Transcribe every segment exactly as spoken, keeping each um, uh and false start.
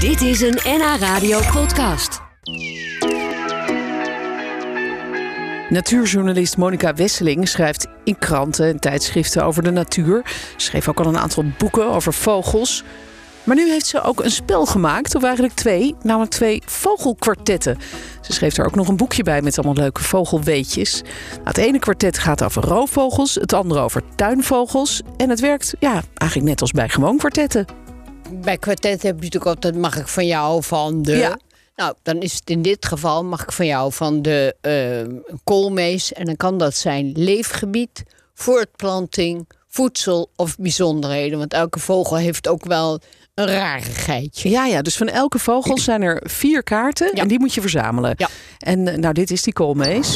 Dit is een N H Radio podcast. Natuurjournalist Monica Wesseling schrijft in kranten en tijdschriften over de natuur. Ze schreef ook al een aantal boeken over vogels. Maar nu heeft ze ook een spel gemaakt, of eigenlijk twee, namelijk twee vogelkwartetten. Ze schreef er ook nog een boekje bij met allemaal leuke vogelweetjes. Nou, het ene kwartet gaat over roofvogels, het andere over tuinvogels. En het werkt ja, eigenlijk net als bij gewoon kwartetten. Bij kwartet heb je natuurlijk altijd, mag ik van jou van de... Ja. Nou, dan is het in dit geval, mag ik van jou van de uh, koolmees. En dan kan dat zijn leefgebied, voortplanting, voedsel of bijzonderheden. Want elke vogel heeft ook wel een rarigheidje. Ja, ja, dus van elke vogel zijn er vier kaarten Ja. en die moet je verzamelen. Ja. En uh, nou, dit is die koolmees.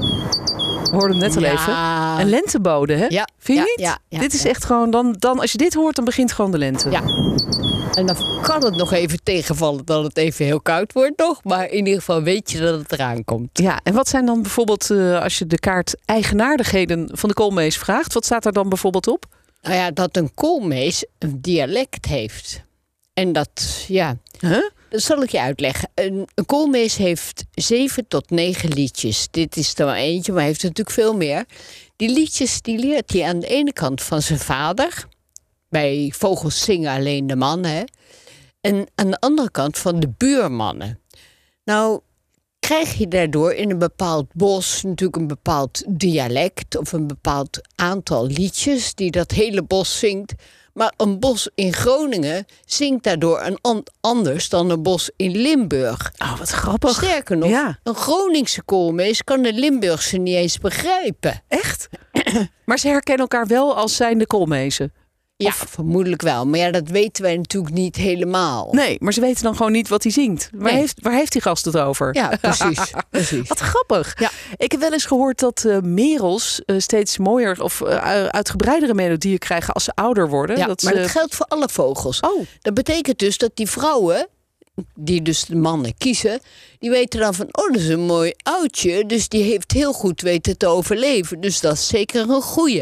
We hoorden hem net al Ja. even. Een lentebode, hè? Ja. Vind je Ja, niet? ja, ja, dit is ja. echt gewoon, dan, dan, als je dit hoort, dan begint gewoon de lente. Ja. En dan kan het nog even tegenvallen dat het even heel koud wordt nog. Maar in ieder geval weet je dat het eraan komt. Ja, en wat zijn dan bijvoorbeeld, uh, als je de kaart eigenaardigheden van de koolmees vraagt, wat staat daar dan bijvoorbeeld op? Nou ja, dat een koolmees een dialect heeft. En dat, ja... Huh? Dat zal ik je uitleggen. Een, een koolmees heeft zeven tot negen liedjes. Dit is er maar eentje, maar hij heeft natuurlijk veel meer. Die liedjes die leert hij aan de ene kant van zijn vader. Bij vogels zingen alleen de mannen. Hè? En aan de andere kant van de buurmannen. Nou, krijg je daardoor in een bepaald bos natuurlijk een bepaald dialect of een bepaald aantal liedjes die dat hele bos zingt. Maar een bos in Groningen zingt daardoor een an- anders dan een bos in Limburg. Oh, wat grappig. Sterker nog, Ja. een Groningse koolmees kan de Limburgse niet eens begrijpen. Echt? Maar ze herkennen elkaar wel als zijnde koolmezen. Ja, vermoedelijk wel. Maar ja, dat weten wij natuurlijk niet helemaal. Nee, maar ze weten dan gewoon niet wat hij zingt. Waar, Nee. heeft, waar heeft die gast het over? Ja, precies. precies. Wat grappig. Ja. Ik heb wel eens gehoord dat uh, merels uh, steeds mooier of uh, uitgebreidere melodieën krijgen als ze ouder worden. Ja, dat maar ze... dat geldt voor alle vogels. Oh, Dat betekent dus dat die vrouwen, die dus de mannen kiezen, die weten dan van, oh, dat is een mooi oudje. Dus die heeft heel goed weten te overleven. Dus dat is zeker een goeie.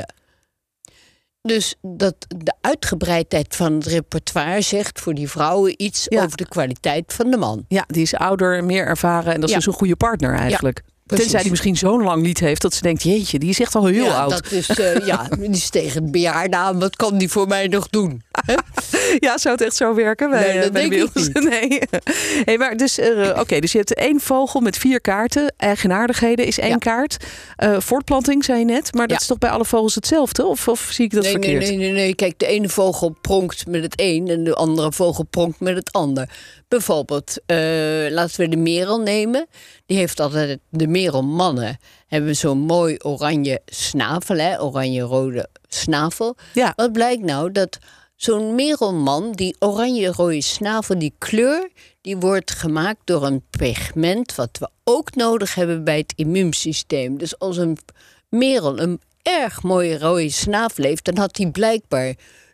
Dus dat de uitgebreidheid van het repertoire zegt voor die vrouwen iets Ja. over de kwaliteit van de man. ja, die is ouder, meer ervaren en dat is Ja. dus een goede partner eigenlijk. precies. Tenzij die misschien zo'n lang lied heeft dat ze denkt, jeetje, die is echt al heel ja, oud. Dat is, uh, ja, die is tegen het bejaarde aan. Wat kan die voor mij nog doen? Hè? Ja, zou het echt zo werken bij, Nee, dat uh, bij de denk ik wereld? Nee. Hey, maar dus, uh, Oké, okay, dus je hebt één vogel met vier kaarten. Eigenaardigheden is één Ja. kaart. Uh, voortplanting zei je net, maar dat Ja. is toch bij alle vogels hetzelfde? Of, of zie ik dat nee, verkeerd? nee, nee, nee, nee. Kijk, de ene vogel pronkt met het een en de andere vogel pronkt met het ander. Bijvoorbeeld, uh, laten we de merel nemen. Die heeft altijd, de merelmannen hebben zo'n mooi oranje snavel, hè? Oranje-rode snavel. Ja. Wat blijkt nou? Dat zo'n merelman, die oranje-rode snavel, die kleur, die wordt gemaakt door een pigment wat we ook nodig hebben bij het immuunsysteem. Dus als een merel een erg mooie rode snavel heeft, dan had hij blijkbaar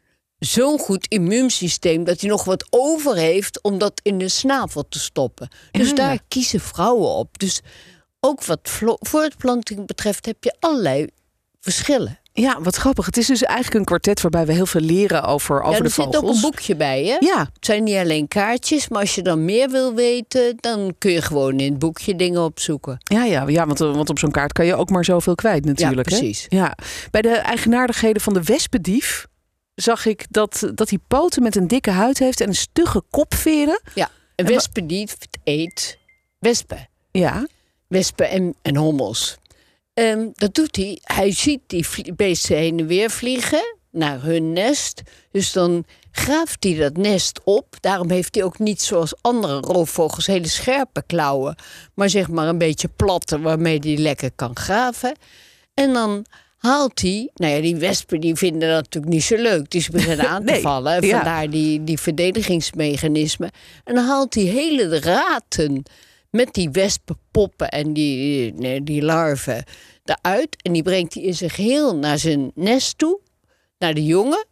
zo'n goed immuunsysteem dat hij nog wat over heeft om dat in de snavel te stoppen. Dus Ja. daar kiezen vrouwen op. Dus ook wat vlo- voortplanting betreft heb je allerlei verschillen. Ja, wat grappig. Het is dus eigenlijk een kwartet waarbij we heel veel leren over, over ja, de er vogels. zit ook een boekje bij, hè? Ja, Het zijn niet alleen kaartjes, maar als je dan meer wil weten, dan kun je gewoon in het boekje dingen opzoeken. ja, ja, ja want, want op zo'n kaart kan je ook maar zoveel kwijt natuurlijk. Ja, precies. Hè? Ja. Bij de eigenaardigheden van de wespendief zag ik dat, dat hij poten met een dikke huid heeft en een stugge kopveren. Ja, een wa- wespendief eet wespen. Ja, Wespen en, en hommels. Ehm, dat doet hij. Hij ziet die vlie- beesten heen en weer vliegen naar hun nest. Dus dan graaft hij dat nest op. Daarom heeft hij ook niet zoals andere roofvogels hele scherpe klauwen. Maar zeg maar een beetje platte waarmee hij lekker kan graven. En dan haalt hij... Nou ja, die wespen die vinden dat natuurlijk niet zo leuk. Die ze beginnen aan te Nee, vallen. ja. Vandaar die, die verdedigingsmechanismen. En dan haalt hij hele raten met die wespenpoppen en die, nee, die larven eruit. En die brengt hij in zijn geheel naar zijn nest toe, naar de jongen.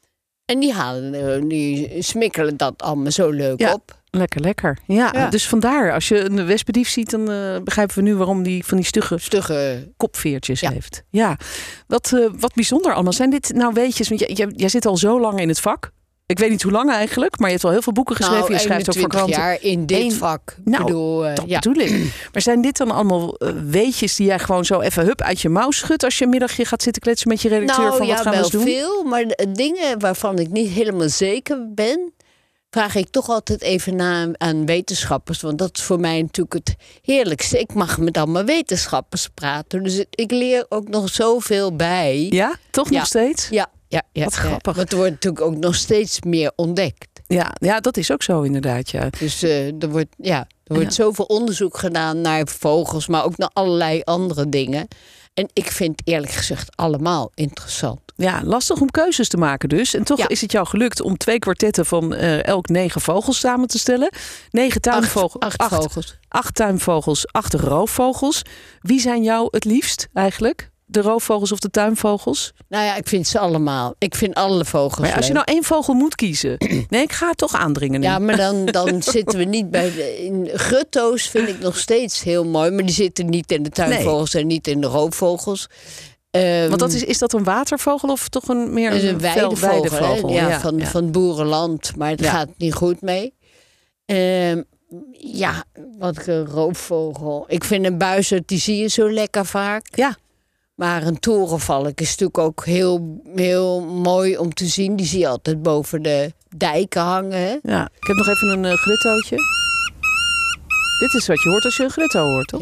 En die, halen, die smikkelen dat allemaal zo leuk Ja. op. lekker, lekker. Ja, Ja. dus vandaar. Als je een wespendief ziet, dan uh, begrijpen we nu waarom die van die stugge Stugge. kopveertjes Ja. heeft. Ja, wat, uh, wat bijzonder allemaal. Zijn dit nou weetjes? Want jij, jij, jij zit al zo lang in het vak. Ik weet niet hoe lang eigenlijk, maar je hebt wel heel veel boeken geschreven. Nou, je schrijft ook voor kranten. jaar in dit Eén- vak. Nou, bedoel, uh, dat ja. bedoel ik. Maar zijn dit dan allemaal uh, weetjes die jij gewoon zo even hup uit je mouw schudt als je een middagje gaat zitten kletsen met je redacteur Nou van wat ja, gaan we wel eens doen? veel, maar de dingen waarvan ik niet helemaal zeker ben, vraag ik toch altijd even na aan wetenschappers. Want dat is voor mij natuurlijk het heerlijkste. Ik mag met allemaal wetenschappers praten. Dus ik leer ook nog zoveel bij. Ja, toch Ja. nog steeds? Ja, ja, ja. Wat ja. grappig. Want er wordt natuurlijk ook nog steeds meer ontdekt. Ja, ja, dat is ook zo inderdaad, ja. Dus uh, er wordt, ja, er wordt Ja. zoveel onderzoek gedaan naar vogels, maar ook naar allerlei andere dingen. En ik vind eerlijk gezegd allemaal interessant. Ja, lastig om keuzes te maken dus. En toch Ja. is het jou gelukt om twee kwartetten van uh, elk negen vogels samen te stellen. Negen tuinvogels. Acht, acht vogels. Acht tuinvogels, acht roofvogels. Wie zijn jou het liefst eigenlijk? De roofvogels of de tuinvogels? Nou ja, ik vind ze allemaal. Ik vind alle vogels Maar als je leuk. nou één vogel moet kiezen. Nee, ik ga het toch aandringen nu. Ja, maar dan, dan zitten we niet bij... De, in grutto's vind ik nog steeds heel mooi. Maar die zitten niet in de tuinvogels en niet in de roofvogels. Um, Want dat is, is dat een watervogel of toch een meer dat is een een weidevogel, veldweidevogel? hè? Ja, Ja, van, ja. van boerenland. Maar het Ja. gaat niet goed mee. Um, ja, wat een roofvogel. Ik vind een buizerd, die zie je zo lekker vaak. Ja. Maar een torenvalk is natuurlijk ook heel, heel mooi om te zien. Die zie je altijd boven de dijken hangen. Hè? Ja, ik heb nog even een uh, gruttootje. Dit is wat je hoort als je een grutto hoort, toch? Ja.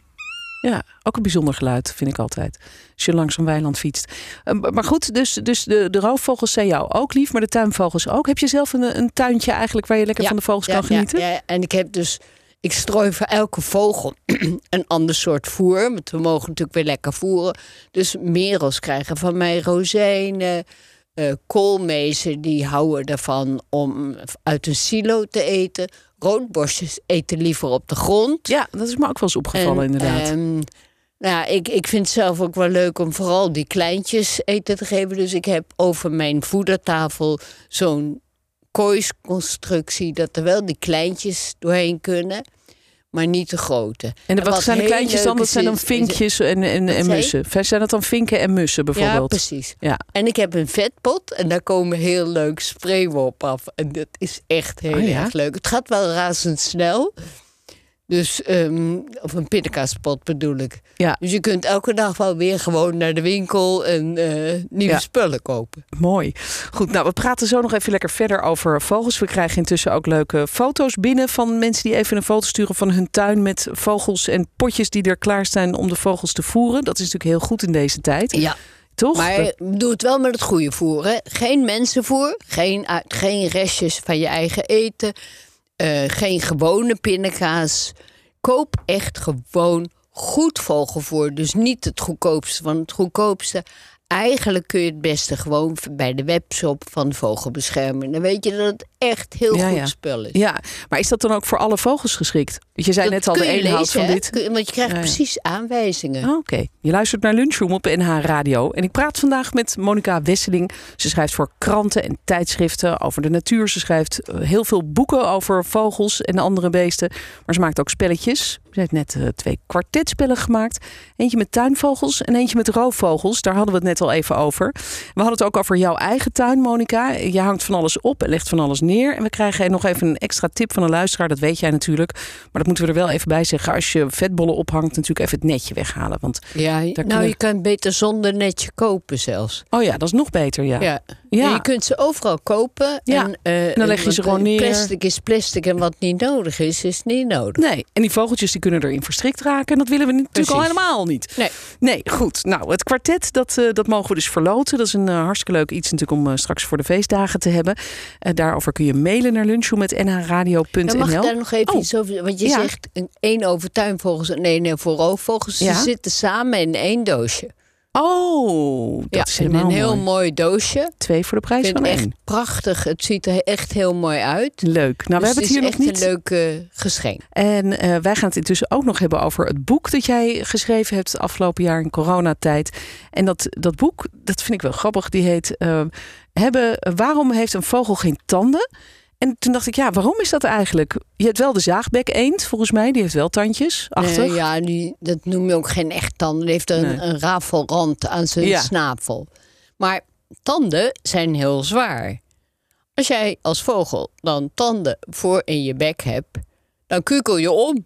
Ja, ook een bijzonder geluid, vind ik altijd. Als je langs een weiland fietst. Uh, maar goed, dus, dus de, de roofvogels zijn jou ook lief, maar de tuinvogels ook. Heb je zelf een, een tuintje eigenlijk waar je lekker Ja, van de vogels ja, kan genieten? Ja, ja, en ik heb dus... Ik strooi voor elke vogel een ander soort voer. Want we mogen natuurlijk weer lekker voeren. Dus merels krijgen van mij rozijnen. Uh, koolmezen die houden ervan om uit een silo te eten. Roodborstjes eten liever op de grond. Ja, dat is me ook wel eens opgevallen En, inderdaad. Um, nou, ja, ik, ik vind het zelf ook wel leuk om vooral die kleintjes eten te geven. Dus ik heb over mijn voedertafel zo'n kooisconstructie, dat er wel die kleintjes doorheen kunnen, maar niet de grote. En de, wat, wat zijn de heel kleintjes dan? leuk Dat is, zijn dan is- vinkjes en, en, en zei je? mussen. Zijn dat dan vinken en mussen Ja, bijvoorbeeld? precies. Ja. En ik heb een vetpot en daar komen heel leuk spreeuwen op af. En dat is echt heel Oh ja? erg leuk. Het gaat wel razendsnel. Dus, um, of een pindakaaspot bedoel ik. Ja. Dus je kunt elke dag wel weer gewoon naar de winkel en uh, nieuwe Ja. spullen kopen. Mooi. Goed, nou, we praten zo nog even lekker verder over vogels. We krijgen intussen ook leuke foto's binnen van mensen die even een foto sturen van hun tuin met vogels en potjes die er klaar staan om de vogels te voeren. Dat is natuurlijk heel goed in deze tijd. Ja. Toch? Maar doe het wel met het goede voer. Hè? Geen mensenvoer, geen, uit- geen restjes van je eigen eten, uh, geen gewone pindakaas. Koop echt gewoon goed vogelvoer. Dus niet het goedkoopste van het goedkoopste. Eigenlijk kun je het beste gewoon bij de webshop van de Vogelbescherming. Dan weet je dat het echt heel Ja, goed ja. spul is. Ja, maar is dat dan ook voor alle vogels geschikt? Want je zei Dat net al, de kun je een houdt lezen, van hè? dit. Kun je- Want je krijgt Ja, ja. precies aanwijzingen. Ah, Oké, je luistert naar Lunchroom op N H Radio. En ik praat vandaag met Monica Wesseling. Ze schrijft voor kranten en tijdschriften over de natuur. Ze schrijft uh, heel veel boeken over vogels en andere beesten. Maar ze maakt ook spelletjes. Ze heeft net uh, twee kwartetspellen gemaakt. Eentje met tuinvogels en eentje met roofvogels. Daar hadden we het net al even over. We hadden het ook over jouw eigen tuin, Monica. Je hangt van alles op en legt van alles neer. En we krijgen nog even een extra tip van een luisteraar. Dat weet jij natuurlijk. Maar dat moeten we er wel even bij zeggen. Als je vetbollen ophangt, natuurlijk even het netje weghalen. Want, Ja, nou, kunnen- je kan het beter zonder netje kopen zelfs. oh ja, dat is nog beter, ja. Ja. Ja. Ja, je kunt ze overal kopen. Ja, En, uh, dan leg je ze want, gewoon uh, neer. Plastic is plastic en wat niet nodig is, is niet nodig. Nee, en die vogeltjes die kunnen erin verstrikt raken. En dat willen we natuurlijk al Precies. helemaal niet. Nee. Nee, goed. Nou, het kwartet, dat, uh, dat mogen we dus verloten. Dat is een uh, hartstikke leuk iets natuurlijk om uh, straks voor de feestdagen te hebben. Uh, daarover kun je mailen naar lunchroom at n h radio punt n l. Dan mag ik daar nog even Oh. iets over. Want je Ja. zegt een één over tuinvogels en één voor roofvogels. Ja. Ze zitten samen in één doosje. Oh, dat Ja, is in helemaal een heel mooi. mooi doosje. Twee voor de Ik prijs vind van het echt één. prachtig. Het ziet er echt heel mooi uit. Leuk. Nou, we Dus hebben het hier nog is echt niet. een leuk uh, geschenk. En uh, wij gaan het intussen ook nog hebben over het boek dat jij geschreven hebt het afgelopen jaar in coronatijd. En dat, dat boek, dat vind ik wel grappig, die heet uh, hebben, Waarom heeft een vogel geen tanden? En toen dacht ik, ja, waarom is dat eigenlijk? Je hebt wel de zaagbek eend, volgens mij. Die heeft wel tandjes achter. Nee, ja, die, dat noem je ook geen echt tanden. Die heeft een, Nee. een rafelrand aan zijn Ja. snavel. Maar tanden zijn heel zwaar. Als jij als vogel dan tanden voor in je bek hebt, dan kukel je om.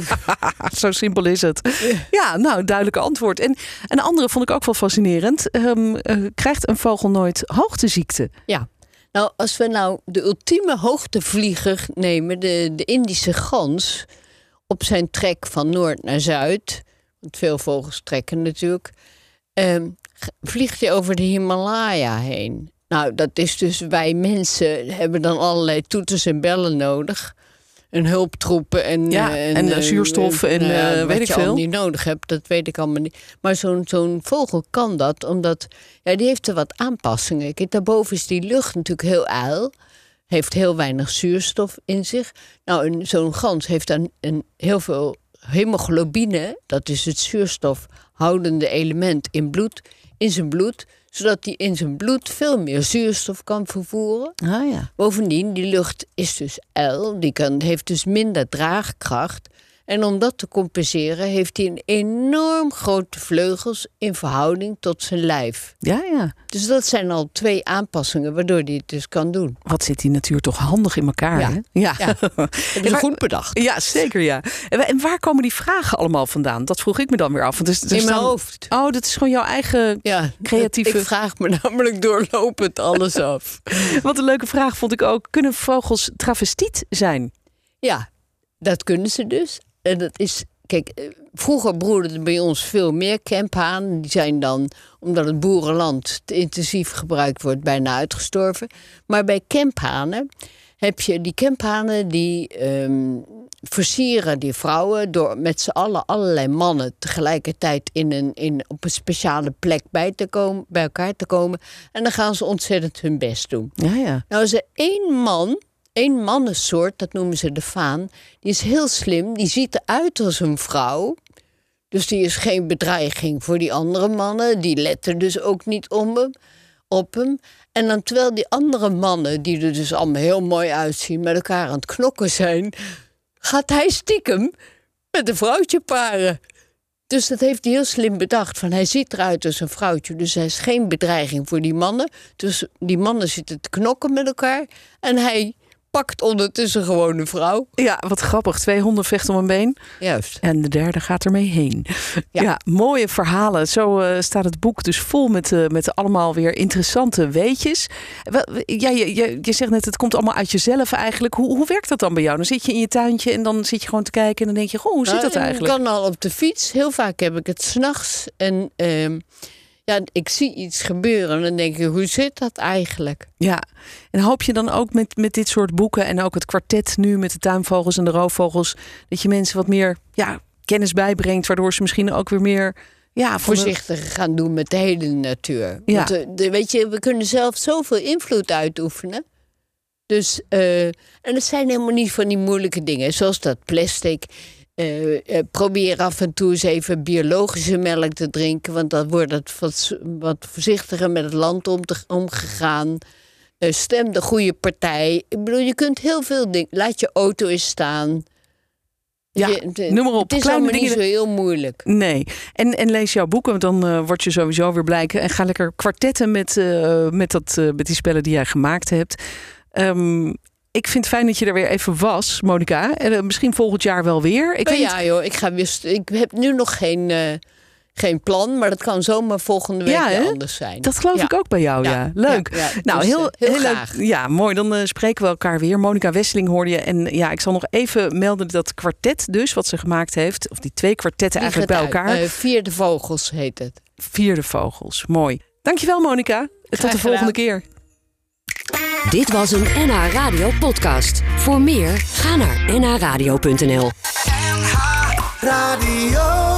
Zo simpel is het. Ja, nou, duidelijk antwoord. En een andere vond ik ook wel fascinerend. Um, uh, krijgt een vogel nooit hoogteziekte? Ja. Nou, als we nou de ultieme hoogtevlieger nemen, de, de Indische gans, op zijn trek van noord naar zuid, want veel vogels trekken natuurlijk, um, vliegt hij over de Himalaya heen. Nou, dat is dus, wij mensen hebben dan allerlei toeters en bellen nodig. En hulptroepen en, ja, en, en, en zuurstof en, en uh, uh, weet ik je veel. Wat je niet nodig hebt, dat weet ik allemaal niet. Maar zo'n zo'n vogel kan dat, omdat ja, die heeft er wat aanpassingen. Kijk, daarboven is die lucht natuurlijk heel ijl. Heeft heel weinig zuurstof in zich. Nou, zo'n gans heeft dan een, heel veel hemoglobine. Dat is het zuurstofhoudende element in bloed, in zijn bloed, zodat hij in zijn bloed veel meer zuurstof kan vervoeren. Ah, ja. Bovendien, die lucht is dus ijl, die kan, heeft dus minder draagkracht. En om dat te compenseren heeft hij een enorm grote vleugels in verhouding tot zijn lijf. Ja, ja. Dus dat zijn al twee aanpassingen waardoor hij het dus kan doen. Wat zit die natuur toch handig in elkaar, ja. hè? Ja, ja. Dat is waar, goed bedacht. Ja, zeker, ja. En waar komen die vragen allemaal vandaan? Dat vroeg ik me dan weer af. Want er, er in staan... mijn hoofd. Oh, dat is gewoon jouw eigen ja, creatieve... Ik vraag me namelijk doorlopend alles af. Wat een leuke vraag vond ik ook. Kunnen vogels travestiet zijn? Ja, dat kunnen ze dus. En dat is, kijk, vroeger broederden bij ons veel meer kemphanen. Die zijn dan, omdat het boerenland te intensief gebruikt wordt, bijna uitgestorven. Maar bij kemphanen heb je die kemphanen die um, versieren die vrouwen door met z'n allen allerlei mannen tegelijkertijd in een, in, op een speciale plek bij, te komen, bij elkaar te komen. En dan gaan ze ontzettend hun best doen. Ja, ja. Nou is er één man, één mannensoort, dat noemen ze de vaan. Die is heel slim, die ziet eruit als een vrouw. Dus die is geen bedreiging voor die andere mannen. Die letten dus ook niet om hem, op hem. En dan terwijl die andere mannen, die er dus allemaal heel mooi uitzien, met elkaar aan het knokken zijn, gaat hij stiekem met een vrouwtje paren. Dus dat heeft hij heel slim bedacht. Van hij ziet eruit als een vrouwtje, dus hij is geen bedreiging voor die mannen. Dus die mannen zitten te knokken met elkaar. En hij pakt ondertussen gewoon een vrouw. Ja, wat grappig. Twee honden vechten om een been. Juist. En de derde gaat ermee heen. Ja, ja mooie verhalen. Zo uh, staat het boek dus vol met, uh, met allemaal weer interessante weetjes. Ja, je, je, je zegt net, het komt allemaal uit jezelf eigenlijk. Hoe, hoe werkt dat dan bij jou? Dan zit je in je tuintje en dan zit je gewoon te kijken en dan denk je, goh, hoe zit nou, dat eigenlijk? Ik kan al op de fiets. Heel vaak heb ik het 's nachts. En uh, ja, ik zie iets gebeuren en dan denk ik, hoe zit dat eigenlijk? Ja, en hoop je dan ook met, met dit soort boeken en ook het kwartet nu met de tuinvogels en de roofvogels, dat je mensen wat meer ja, kennis bijbrengt, waardoor ze misschien ook weer meer ja, voorzichtiger de... gaan doen met de hele natuur. Ja. Want de, de, weet je, we kunnen zelf zoveel invloed uitoefenen. Dus, uh, en dat zijn helemaal niet van die moeilijke dingen, zoals dat plastic. Uh, uh, probeer af en toe eens even biologische melk te drinken, want dan wordt het wat, wat voorzichtiger met het land om te, omgegaan. Uh, stem de goede partij. Ik bedoel, je kunt heel veel dingen. Laat je auto eens staan. Ja, je, de, noem maar op. Het is Kleine allemaal dingen... niet zo heel moeilijk. Nee. En, en lees jouw boeken, want dan uh, word je sowieso weer blij. En ga lekker kwartetten met, uh, met, dat, uh, met die spellen die jij gemaakt hebt. Um, Ik vind het fijn dat je er weer even was, Monica. En uh, misschien volgend jaar wel weer. Ik oh, weet ja, niet... joh. Ik, ga weer st- ik heb nu nog geen, uh, geen plan, maar dat kan zomaar volgende week ja, weer anders zijn. Dat geloof ja. ik ook bij jou, ja. ja. Leuk. Ja, ja. Nou, dus, heel, heel, heel graag. leuk. Ja, mooi. Dan uh, spreken we elkaar weer. Monica Wesseling hoorde je. En ja, ik zal nog even melden dat kwartet dus, wat ze gemaakt heeft. Of die twee kwartetten die eigenlijk bij elkaar. Uh, Vierde Vogels heet het. Vierde Vogels. Mooi. Dankjewel, Monica. Tot de volgende gedaan. keer. Dit was een N H Radio podcast. Voor meer, ga naar n h radio punt n l. N H Radio.